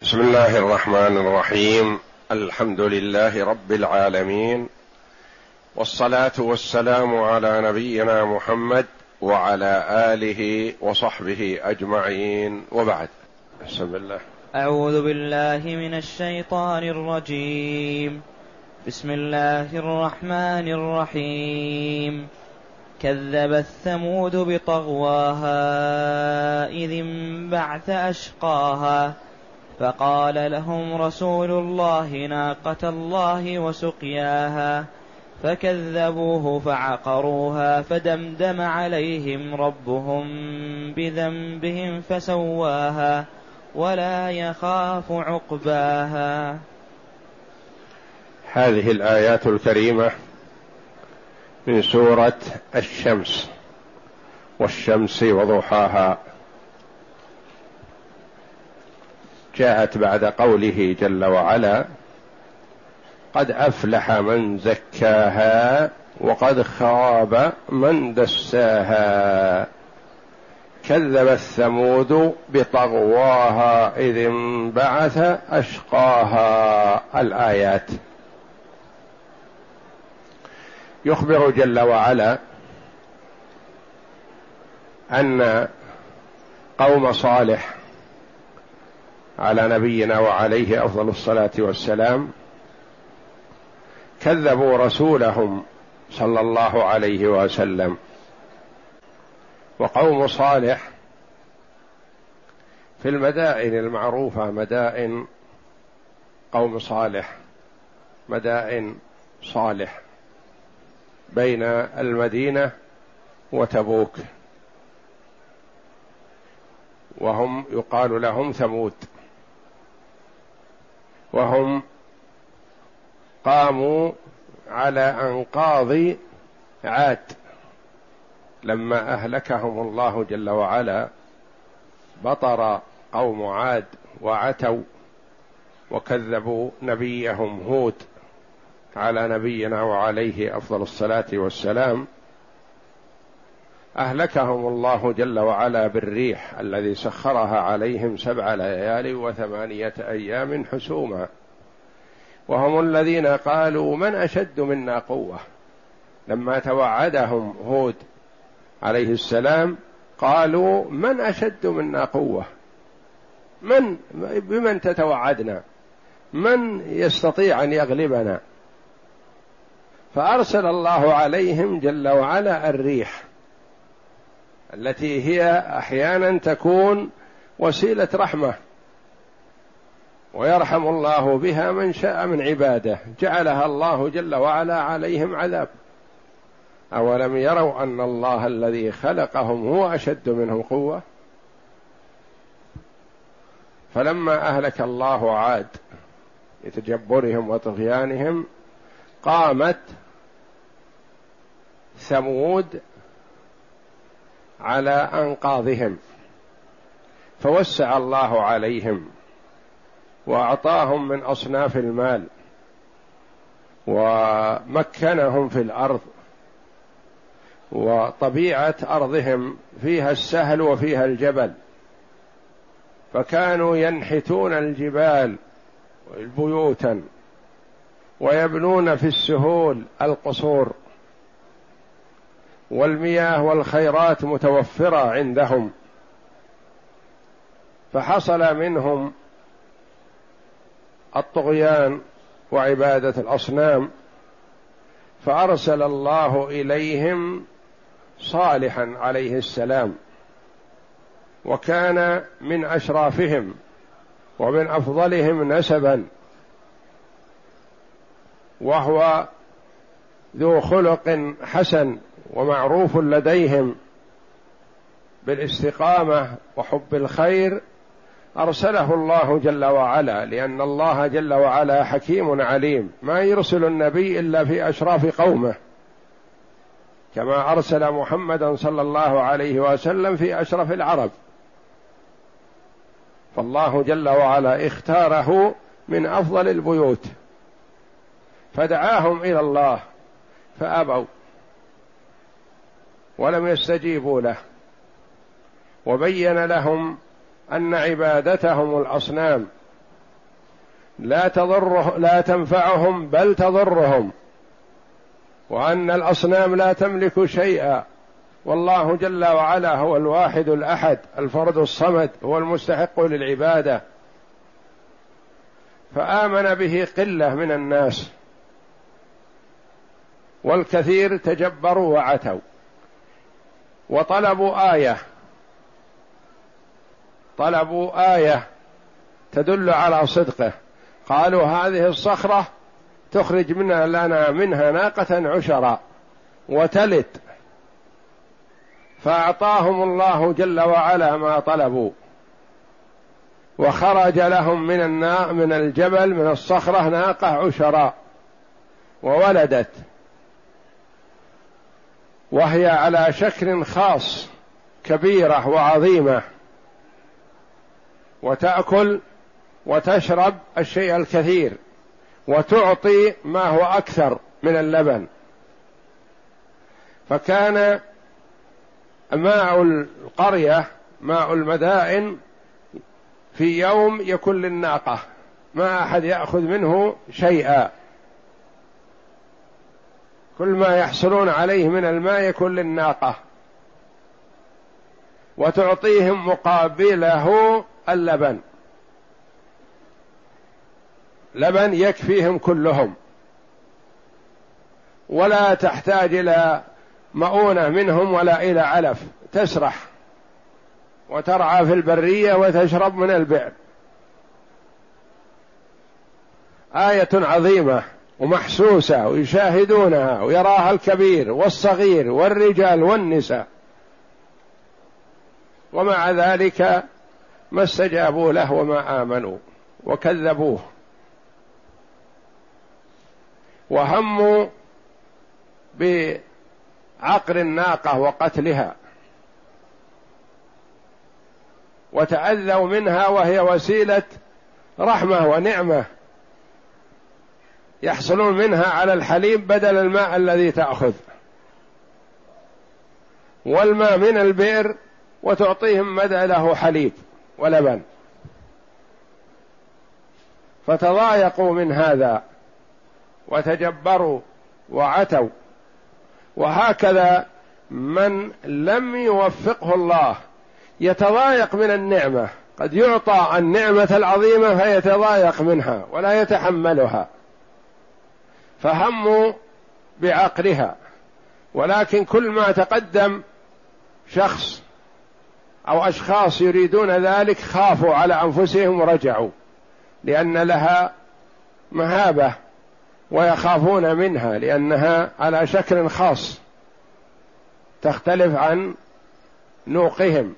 بسم الله الرحمن الرحيم. الحمد لله رب العالمين، والصلاة والسلام على نبينا محمد وعلى آله وصحبه أجمعين، وبعد. بسم الله. أعوذ بالله من الشيطان الرجيم. بسم الله الرحمن الرحيم. كذبت ثمود بطغواها إذ انبعث أشقاها فقال لهم رسول الله ناقة الله وسقياها فكذبوه فعقروها فدمدم عليهم ربهم بذنبهم فسواها ولا يخاف عقباها. هذه الآيات الكريمة من سورة الشمس، والشمس وضحاها، جاءت بعد قوله جل وعلا: قد أفلح من زكاها وقد خاب من دساها، كذبت ثمود بطغواها إذ انبعث أشقاها. الآيات يخبر جل وعلا أن قوم صالح على نبينا وعليه أفضل الصلاة والسلام كذبوا رسولهم صلى الله عليه وسلم. وقوم صالح في المدائن المعروفة، مدائن قوم صالح، مدائن صالح بين المدينة وتبوك، وهم يقال لهم ثمود، وهم قاموا على أنقاض عاد لما أهلكهم الله جل وعلا. بطر قوم عاد وعتوا وكذبوا نبيهم هود على نبينا وعليه أفضل الصلاة والسلام، أهلكهم الله جل وعلا بالريح الذي سخرها عليهم 7 ليال و8 أيام حسوما. وهم الذين قالوا: من أشد منا قوة. لما توعدهم هود عليه السلام قالوا: من أشد منا قوة، بمن تتوعدنا، من يستطيع أن يغلبنا؟ فأرسل الله عليهم جل وعلا الريح التي هي أحيانا تكون وسيلة رحمة، ويرحم الله بها من شاء من عباده، جعلها الله جل وعلا عليهم عذاب. أولم يروا أن الله الذي خلقهم هو أشد منهم قوة؟ فلما أهلك الله عاد بتجبرهم وطغيانهم، قامت ثمود على أنقاضهم، فوسع الله عليهم وأعطاهم من أصناف المال ومكنهم في الأرض، وطبيعة أرضهم فيها السهل وفيها الجبل، فكانوا ينحتون الجبال بيوتا ويبنون في السهول القصور، والمياه والخيرات متوفرة عندهم، فحصل منهم الطغيان وعبادة الأصنام، فأرسل الله إليهم صالحا عليه السلام، وكان من أشرافهم ومن أفضلهم نسبا، وهو ذو خلق حسن ومعروف لديهم بالاستقامة وحب الخير. أرسله الله جل وعلا، لأن الله جل وعلا حكيم عليم، ما يرسل النبي إلا في أشراف قومه، كما أرسل محمدا صلى الله عليه وسلم في أشرف العرب، فالله جل وعلا اختاره من أفضل البيوت، فدعاهم إلى الله فأبوا ولم يستجيبوا له، وبين لهم أن عبادتهم الأصنام لا تنفعهم بل تضرهم، وأن الأصنام لا تملك شيئا، والله جل وعلا هو الواحد الأحد الفرد الصمد، هو المستحق للعبادة. فآمن به قلة من الناس، والكثير تجبروا وعتوا وطلبوا آية تدل على صدقه. قالوا هذه الصخرة تخرج لنا منها ناقة عشرا وتلد، فأعطاهم الله جل وعلا ما طلبوا، وخرج لهم من الجبل من الصخرة ناقة عشراء وولدت، وهي على شكل خاص كبيرة وعظيمة، وتأكل وتشرب الشيء الكثير، وتعطي ما هو أكثر من اللبن. فكان ماء القرية ماء المدائن في يوم يكون للناقة، ما أحد يأخذ منه شيئا، كل ما يحصلون عليه من الماء يكون للناقة، وتعطيهم مقابله اللبن، لبن يكفيهم كلهم، ولا تحتاج إلى مؤونة منهم ولا إلى علف، تسرح وترعى في البرية وتشرب من البئر. آية عظيمة ومحسوسة ويشاهدونها ويراها الكبير والصغير والرجال والنساء، ومع ذلك ما استجابوا له وما آمنوا وكذبوه، وهموا بعقر الناقة وقتلها، وتأذوا منها وهي وسيلة رحمة ونعمة يحصلون منها على الحليب بدل الماء الذي تأخذ، والماء من البئر وتعطيهم بدله حليب ولبن، فتضايقوا من هذا وتجبروا وعتوا. وهكذا من لم يوفقه الله يتضايق من النعمة، قد يعطى النعمة العظيمة فيتضايق منها ولا يتحملها، فهموا بعقرها، ولكن كل ما تقدم شخص أو أشخاص يريدون ذلك خافوا على أنفسهم ورجعوا، لأن لها مهابة ويخافون منها لأنها على شكل خاص تختلف عن نوقهم،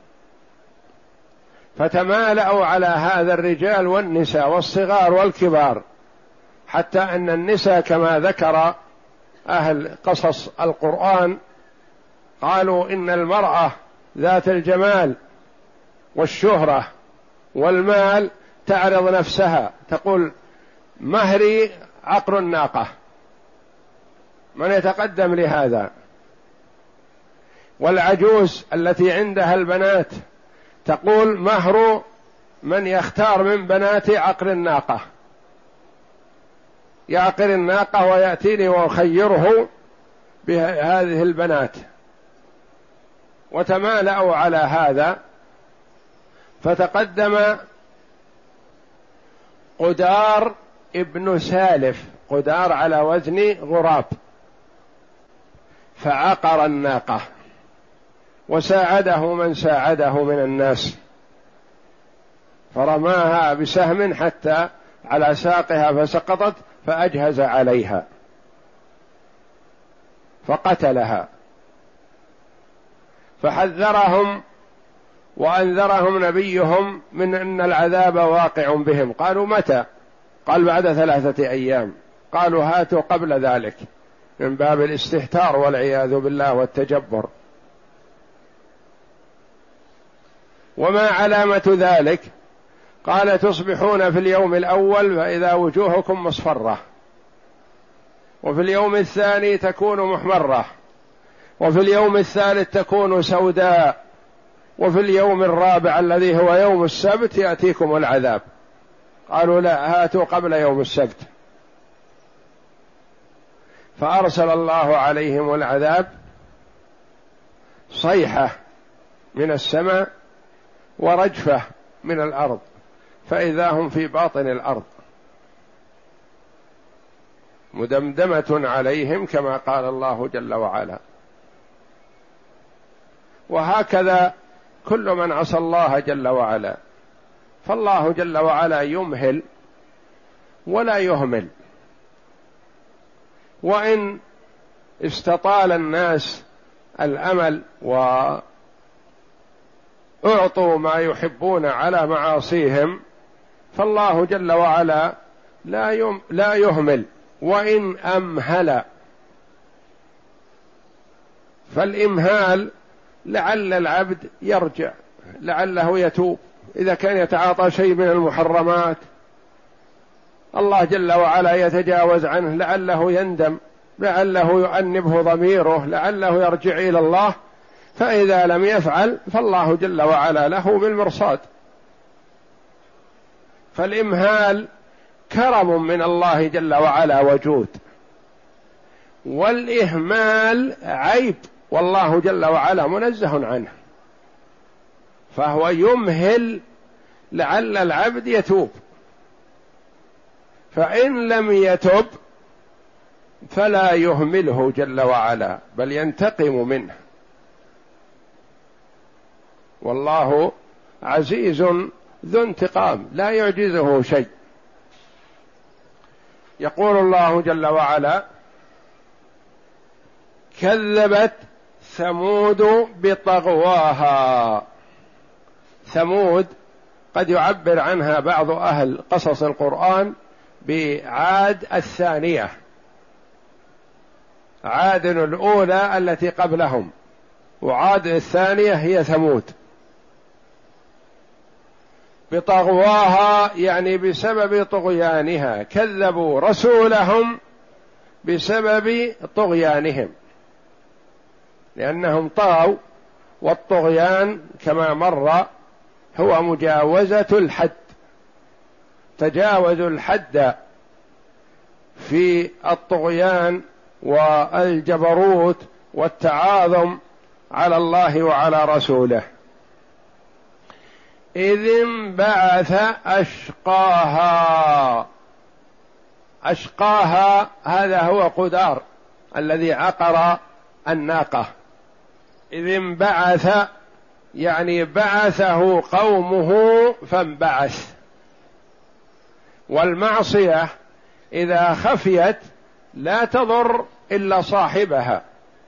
فتمالأوا على هذا الرجال والنساء والصغار والكبار، حتى أن النساء كما ذكر أهل قصص القرآن قالوا إن المرأة ذات الجمال والشهرة والمال تعرض نفسها، تقول مهري عقر الناقة، من يتقدم لهذا؟ والعجوز التي عندها البنات تقول مهر من يختار من بناتي عقر الناقة، يعقر الناقة ويأتيني ويخيره بهذه البنات. وتمالأوا على هذا، فتقدم قدار ابن سالف، قدار على وزن غراب، فعقر الناقة وساعده من ساعده من الناس، فرماها بسهم حتى على ساقها فسقطت، فأجهز عليها فقتلها، فحذرهم وأنذرهم نبيهم من أن العذاب واقع بهم. قالوا متى؟ قال بعد 3 أيام. قالوا هاتوا قبل ذلك، من باب الاستهتار والعياذ بالله والتجبر. وما علامة ذلك؟ قال تصبحون في اليوم الأول فإذا وجوهكم مصفرة، وفي اليوم الثاني تكون محمرة، وفي اليوم الثالث تكون سوداء، وفي اليوم الرابع الذي هو يوم السبت يأتيكم العذاب. قالوا لا، هاتوا قبل يوم السبت، فأرسل الله عليهم العذاب، صيحة من السماء ورجفة من الأرض، فإذا هم في باطن الأرض مدمدمة عليهم كما قال الله جل وعلا. وهكذا كل من عصى الله جل وعلا، فالله جل وعلا يمهل ولا يهمل. وإن استطال الناس الأمل وأعطوا ما يحبون على معاصيهم، فالله جل وعلا لا يهمل وإن أمهل. فالإمهال لعل العبد يرجع، لعله يتوب، إذا كان يتعاطى شيء من المحرمات الله جل وعلا يتجاوز عنه، لعله يندم، لعله يؤنبه ضميره، لعله يرجع إلى الله. فإذا لم يفعل فالله جل وعلا له بالمرصاد. فالإمهال كرم من الله جل وعلا وجود، والإهمال عيب والله جل وعلا منزه عنه، فهو يمهل لعل العبد يتوب، فإن لم يتب فلا يهمله جل وعلا بل ينتقم منه، والله عزيز ذو انتقام لا يعجزه شيء. يقول الله جل وعلا: كذبت ثمود بطغواها. ثمود قد يعبر عنها بعض أهل قصص القرآن بعاد الثانية، عاد الأولى التي قبلهم، وعاد الثانية هي ثمود. بطغواها يعني بسبب طغيانها، كذبوا رسولهم بسبب طغيانهم، لأنهم طغوا، والطغيان كما مر هو مجاوزة الحد، تجاوزوا الحد في الطغيان والجبروت والتعاظم على الله وعلى رسوله. إذ انبعث أشقاها. أشقاها هذا هو قدار الذي عقر الناقة. إذ انبعث يعني بعثه قومه فانبعث. والمعصية إذا خفيت لا تضر إلا صاحبها،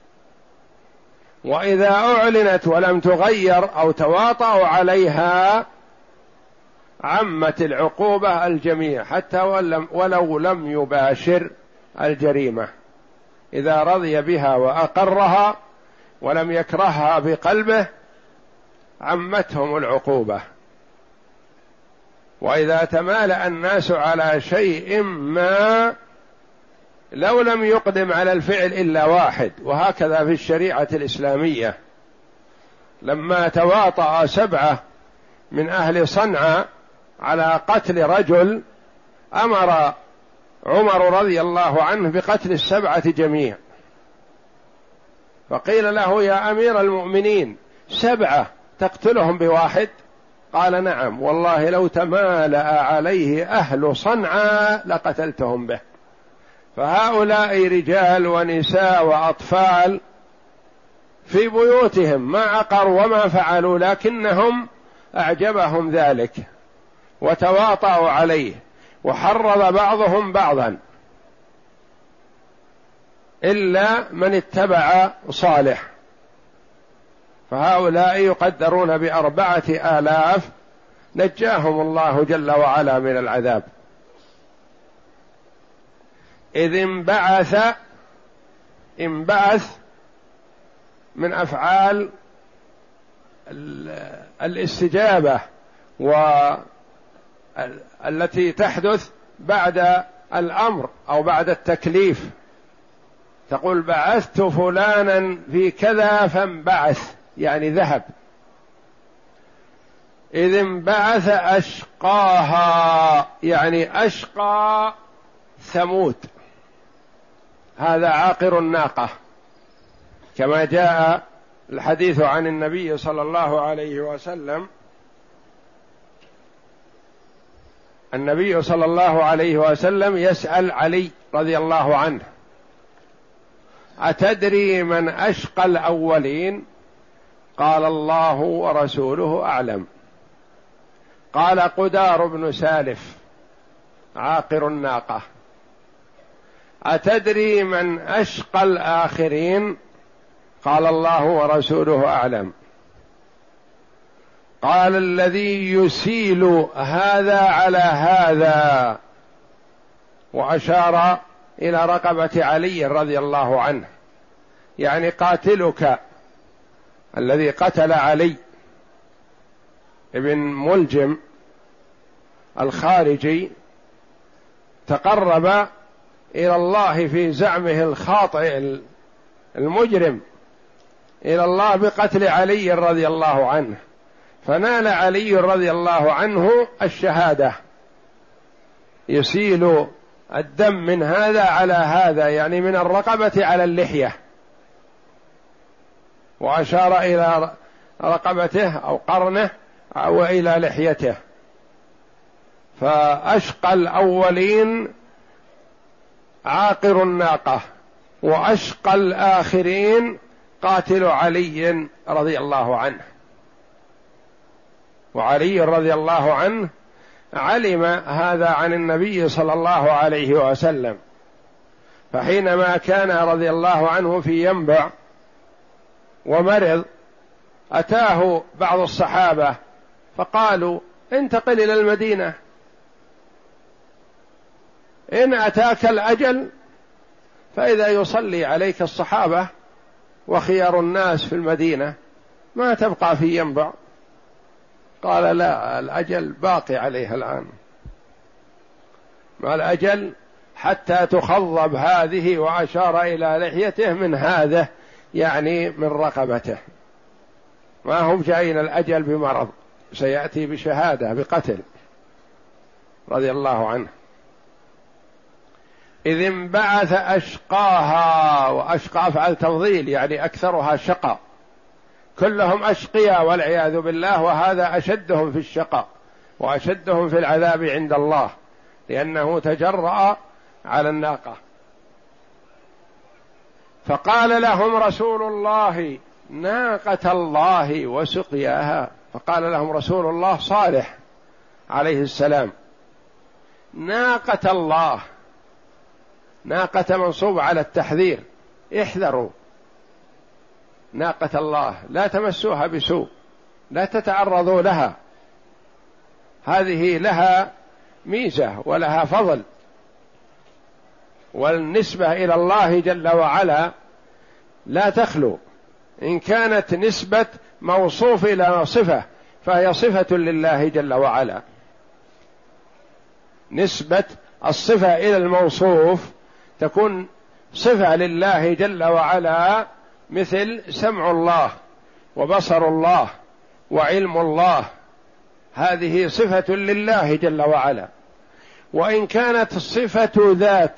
وإذا أعلنت ولم تغير أو تواطؤوا عليها عمت العقوبة الجميع، حتى ولو لم يباشر الجريمة، إذا رضي بها وأقرها ولم يكرهها بقلبه عمتهم العقوبة. وإذا تمالأ الناس على شيء ما لو لم يقدم على الفعل إلا واحد، وهكذا في الشريعة الإسلامية لما تواطأ 7 من أهل صنعاء على قتل رجل، أمر عمر رضي الله عنه بقتل 7 جميع، فقيل له: يا أمير المؤمنين 7 تقتلهم بواحد؟ قال: نعم، والله لو تمالأ عليه أهل صنعاء لقتلتهم به. فهؤلاء رجال ونساء وأطفال في بيوتهم ما عقروا وما فعلوا، لكنهم أعجبهم ذلك وتواطؤوا عليه، وحرض بعضهم بعضا إلا من اتبع صالح، فهؤلاء يقدرون ب4,000 نجاهم الله جل وعلا من العذاب. إذ انبعث من أفعال الاستجابة والتي تحدث بعد الأمر أو بعد التكليف، تقول: بعثت فلانا في كذا فانبعث، يعني ذهب. إذ انبعث أشقاها، يعني أشقى ثمود، هذا عاقر الناقة، كما جاء الحديث عن النبي صلى الله عليه وسلم. النبي صلى الله عليه وسلم يسأل علي رضي الله عنه: أتدري من أشقى الأولين؟ قال: الله ورسوله أعلم. قال: قدار بن سالف عاقر الناقة. أتدري من أشقى الآخرين؟ قال: الله ورسوله أعلم. قال: الذي يسيل هذا على هذا، وأشار إلى رقبة علي رضي الله عنه، يعني قاتلك الذي قتل علي ابن ملجم الخارجي تقرب إلى الله في زعمه الخاطئ المجرم إلى الله بقتل علي رضي الله عنه، فنال علي رضي الله عنه الشهادة، يسيل الدم من هذا على هذا، يعني من الرقبة على اللحية، وأشار إلى رقبته أو قرنه أو إلى لحيته. فأشقى الأولين عاقر الناقة، وأشقى الآخرين قاتل علي رضي الله عنه. وعلي رضي الله عنه علم هذا عن النبي صلى الله عليه وسلم، فحينما كان رضي الله عنه في ينبع ومرض أتاه بعض الصحابة فقالوا: انتقل إلى المدينة، إن أتاك الأجل فإذا يصلي عليك الصحابة وخيار الناس في المدينة ما تبقى في ينبع. قال: لا، الأجل باقي عليها الآن، ما الأجل حتى تخضب هذه، وأشار إلى لحيته من هذا، يعني من رقبته، ما هم جايين الأجل بمرض، سيأتي بشهادة بقتل رضي الله عنه. إذ انبعث أشقاها، وأشقى أفعل تفضيل، يعني أكثرها شقى، كلهم أشقياء والعياذ بالله، وهذا أشدهم في الشقاء وأشدهم في العذاب عند الله، لأنه تجرأ على الناقة. فقال لهم رسول الله: ناقة الله وسقياها. فقال لهم رسول الله صالح عليه السلام: ناقة الله، ناقة منصوب على التحذير، احذروا ناقة الله، لا تمسوها بسوء، لا تتعرضوا لها، هذه لها ميزة ولها فضل، والنسبة إلى الله جل وعلا لا تخلو، إن كانت نسبة موصوف إلى صفة فهي صفة لله جل وعلا، نسبة الصفة إلى الموصوف تكون صفة لله جل وعلا، مثل سمع الله وبصر الله وعلم الله، هذه صفة لله جل وعلا. وإن كانت صفة ذات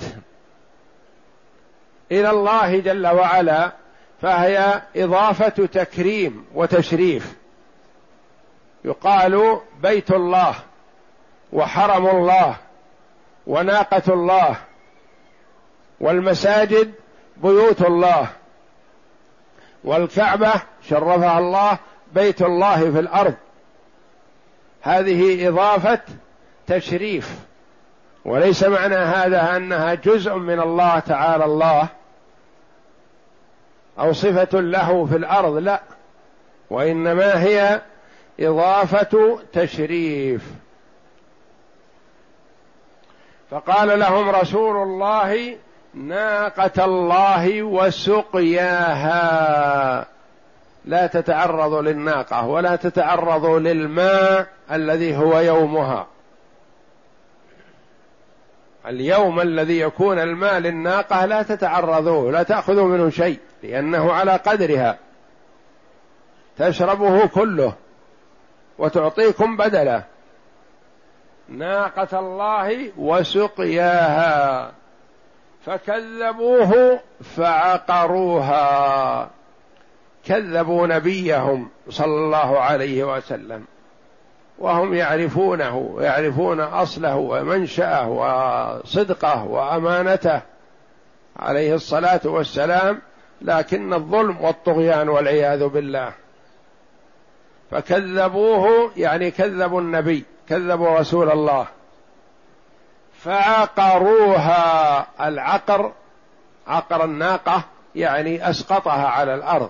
إلى الله جل وعلا فهي إضافة تكريم وتشريف، يقال بيت الله وحرم الله وناقة الله، والمساجد بيوت الله، والكعبة شرفها الله بيت الله في الأرض، هذه إضافة تشريف، وليس معنى هذا أنها جزء من الله تعالى الله أو صفة له في الأرض، لا، وإنما هي إضافة تشريف. فقال لهم رسول الله: ناقة الله وسقياها، لا تتعرضوا للناقة ولا تتعرضوا للماء الذي هو يومها، اليوم الذي يكون الماء للناقة لا تتعرضوه، لا تأخذوا منه شيء، لأنه على قدرها تشربه كله، وتعطيكم بدله، ناقة الله وسقياها، فكذبوه فعقروها، كذبوا نبيهم صلى الله عليه وسلم وهم يعرفونه، يعرفون أصله ومنشأه وصدقه وأمانته عليه الصلاة والسلام، لكن الظلم والطغيان والعياذ بالله. فكذبوه يعني كذبوا النبي، كذبوا رسول الله، فعقروها. العقر، عقر الناقة يعني أسقطها على الأرض،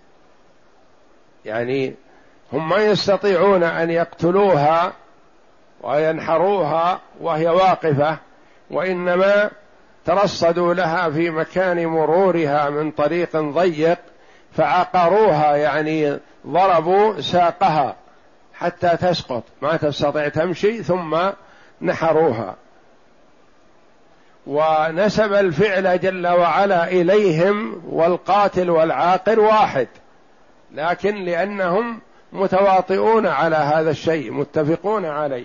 يعني هم ما يستطيعون أن يقتلوها وينحروها وهي واقفة، وإنما ترصدوا لها في مكان مرورها من طريق ضيق، فعقروها يعني ضربوا ساقها حتى تسقط ما تستطيع تمشي، ثم نحروها. ونسب الفعل جل وعلا إليهم، والقاتل والعاقر واحد، لكن لأنهم متواطئون على هذا الشيء، متفقون عليه،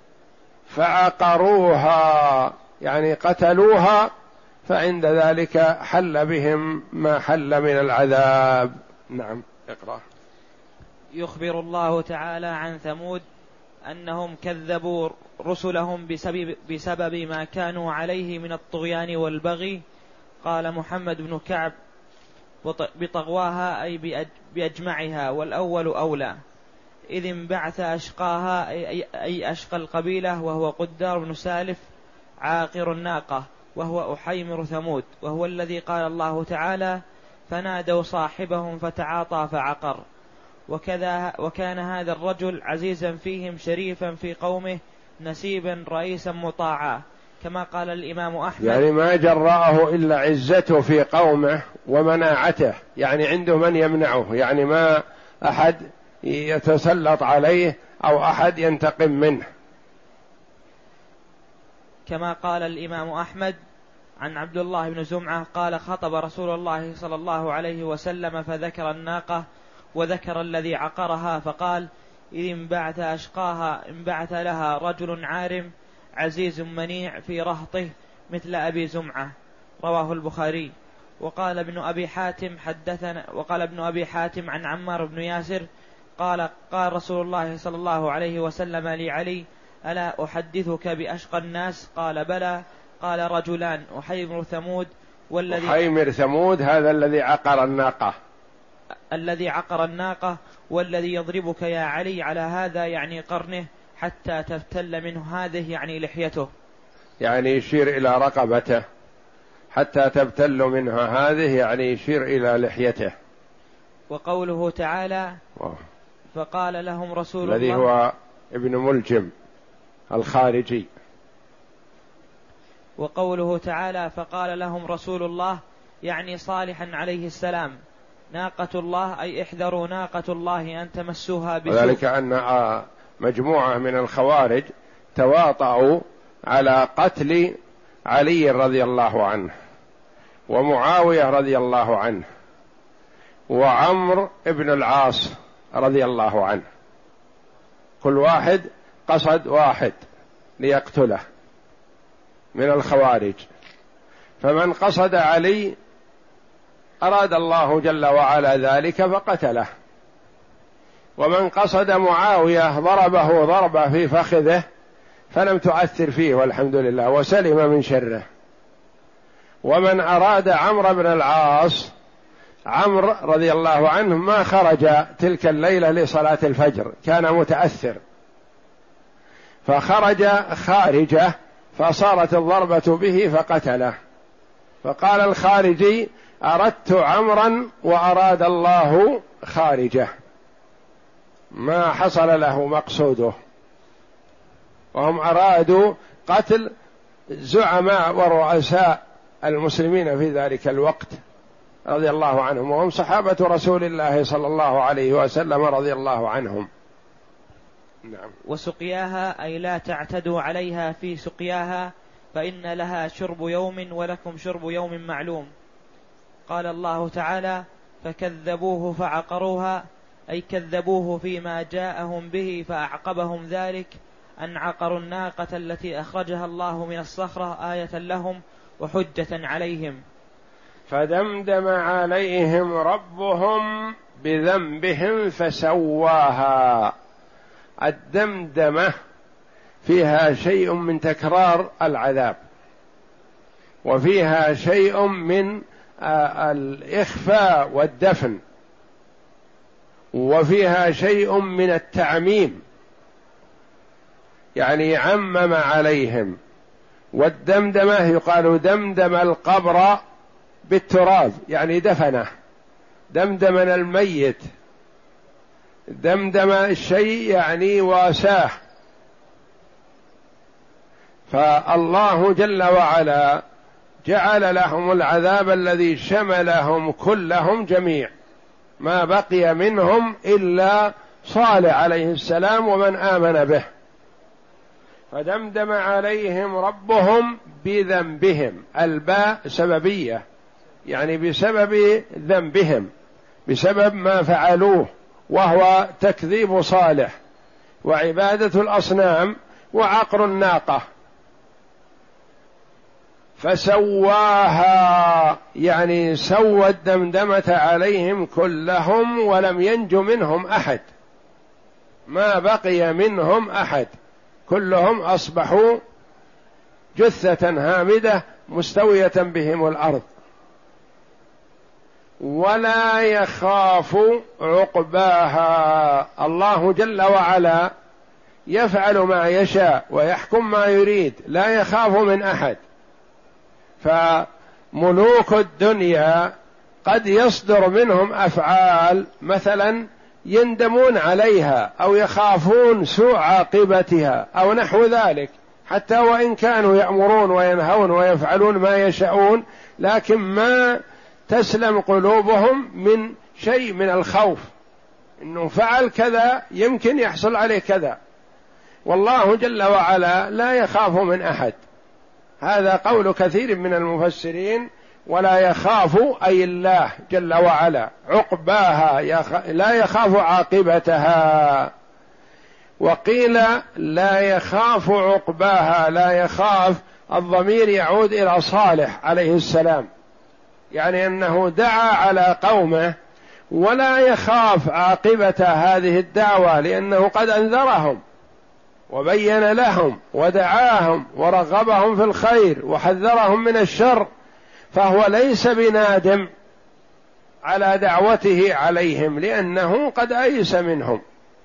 فعقروها يعني قتلوها، فعند ذلك حل بهم ما حل من العذاب. نعم، اقرأ. يخبر الله تعالى عن ثمود أنهم كذبوا رسلهم بسبب ما كانوا عليه من الطغيان والبغي. قال محمد بن كعب: بطغواها أي بأجمعها، والأول أولى، إذ انبعث أشقاها أي أشقى القبيلة، وهو قدار بن سالف عاقر الناقة، وهو أحيمر ثمود، وهو الذي قال الله تعالى: فنادوا صاحبهم فتعاطى فعقر. وكان هذا الرجل عزيزا فيهم، شريفا في قومه، نسيبا رئيسا مطاعا، كما قال الإمام أحمد. يعني ما جرأه إلا عزته في قومه ومناعته، يعني عنده من يمنعه، يعني ما أحد يتسلط عليه أو أحد ينتقم منه. كما قال الإمام أحمد عن عبد الله بن زمعة قال: خطب رسول الله صلى الله عليه وسلم فذكر الناقة وذكر الذي عقرها، فقال: إذ انبعث أشقاها انبعث لها رجل عارم عزيز منيع في رهطه مثل أبي زمعة. رواه البخاري. وقال ابن أبي حاتم عن عمار بن ياسر قال رسول الله صلى الله عليه وسلم لعلي: ألا أحدثك بأشقى الناس؟ قال: بلى. قال: رجلان، أحيمر ثمود أحيمر ثمود هذا الذي عقر الناقة، والذي يضربك يا علي على هذا يعني قرنه حتى تفتل منه هذه يعني لحيته، يعني يشير إلى رقبته حتى تبتل منها هذه، يعني يشير إلى لحيته. وقوله تعالى: فقال لهم رسول الله، الذي هو ابن ملجم الخارجي. وقوله تعالى: فقال لهم رسول الله، يعني صالحا عليه السلام: ناقة الله أي احذروا ناقة الله أن تمسوها بسوء. وذلك أن مجموعة من الخوارج تواطؤوا على قتل علي رضي الله عنه، ومعاوية رضي الله عنه، وعمرو بن العاص رضي الله عنه، كل واحد قصد واحد ليقتله من الخوارج. فمن قصد علي أراد الله جل وعلا ذلك فقتله، ومن قصد معاوية ضربه ضربة في فخذه فلم تؤثر فيه والحمد لله وسلم من شره. ومن أراد عمرو بن العاص، عمرو رضي الله عنه ما خرج تلك الليلة لصلاة الفجر، كان متأثر، فخرج خارجه فصارت الضربة به فقتله. فقال الخارجي: أردت عمرا وأراد الله خارجه، ما حصل له مقصوده. وهم أرادوا قتل زعماء ورؤساء المسلمين في ذلك الوقت رضي الله عنهم، وهم صحابة رسول الله صلى الله عليه وسلم رضي الله عنهم. نعم. وسقياها أي لا تعتدوا عليها في سقياها، فإن لها شرب يوم ولكم شرب يوم معلوم. قال الله تعالى: فكذبوه فعقروها أي كذبوه فيما جاءهم به فأعقبهم ذلك أن عقروا الناقة التي أخرجها الله من الصخرة آية لهم وحجة عليهم. فدمدم عليهم ربهم بذنبهم فسواها. الدمدمة فيها شيء من تكرار العذاب، وفيها شيء من الإخفاء والدفن، وفيها شيء من التعميم، يعني عمم عليهم. والدمدمة يقال دمدم القبر بالتراب، يعني دفنه، دمدم الميت، دمدم الشيء يعني واساه. فالله جل وعلا جعل لهم العذاب الذي شملهم كلهم جميع، ما بقي منهم إلا صالح عليه السلام ومن آمن به. فدمدم عليهم ربهم بذنبهم، الباء سببية، يعني بسبب ذنبهم، بسبب ما فعلوه، وهو تكذيب صالح وعبادة الأصنام وعقر الناقة. فسواها يعني سوى الدمدمة عليهم كلهم ولم ينج منهم أحد، ما بقي منهم أحد، كلهم أصبحوا جثة هامدة مستوية بهم الأرض. ولا يخاف عقباها. الله جل وعلا يفعل ما يشاء ويحكم ما يريد، لا يخاف من أحد. فملوك الدنيا قد يصدر منهم أفعال مثلا يندمون عليها أو يخافون سوء عاقبتها أو نحو ذلك، حتى وإن كانوا يأمرون وينهون ويفعلون ما يشاءون، لكن ما تسلم قلوبهم من شيء من الخوف، إنه فعل كذا يمكن يحصل عليه كذا. والله جل وعلا لا يخاف من أحد، هذا قول كثير من المفسرين. ولا يخاف أي الله جل وعلا عقباها، لا يخاف عاقبتها. وقيل لا يخاف عقباها، لا يخاف، الضمير يعود إلى صالح عليه السلام، يعني أنه دعا على قومه ولا يخاف عاقبة هذه الدعوة، لأنه قد أنذرهم وبين لهم ودعاهم ورغبهم في الخير وحذرهم من الشر، فهو ليس بنادم على دعوته عليهم لأنه قد أيس منهم.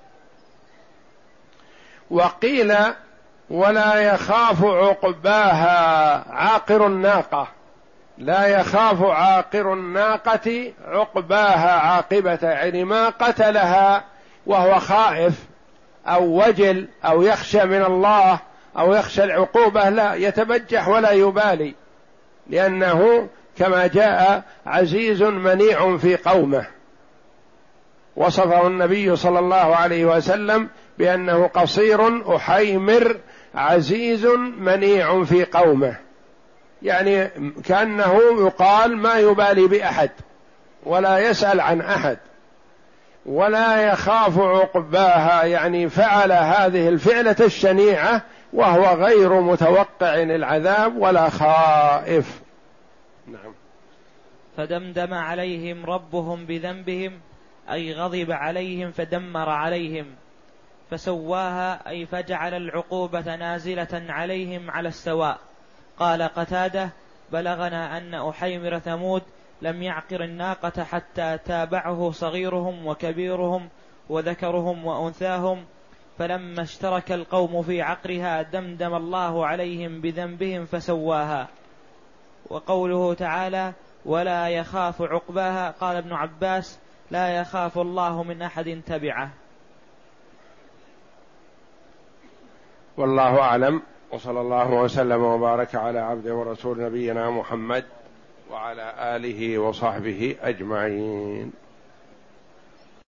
وقيل ولا يخاف عقباها عاقر الناقة، لا يخاف عاقر الناقة عقباها عاقبة، يعني ما قتلها وهو خائف أو وجل أو يخشى من الله أو يخشى العقوبة، لا يتبجح ولا يبالي، لأنه كما جاء عزيز منيع في قومه. وصفه النبي صلى الله عليه وسلم بأنه قصير أحيمر عزيز منيع في قومه، يعني كأنه يقال ما يبالي بأحد ولا يسأل عن أحد. ولا يخاف عقباها، يعني فعل هذه الفعلة الشنيعة وهو غير متوقع العذاب ولا خائف. نعم. فدمدم عليهم ربهم بذنبهم أي غضب عليهم فدمر عليهم. فسواها أي فجعل العقوبة نازلة عليهم على السواء. قال قتادة: بلغنا أن أحيمر ثمود لم يعقر الناقة حتى تابعه صغيرهم وكبيرهم وذكرهم وأنثاهم، فلما اشترك القوم في عقرها دمدم الله عليهم بذنبهم فسواها. وقوله تعالى: ولا يخاف عقباها، قال ابن عباس: لا يخاف الله من أحد تبعه. والله أعلم، وصلى الله وسلم وبارك على عبده ورسول نبينا محمد وعلى آله وصحبه أجمعين.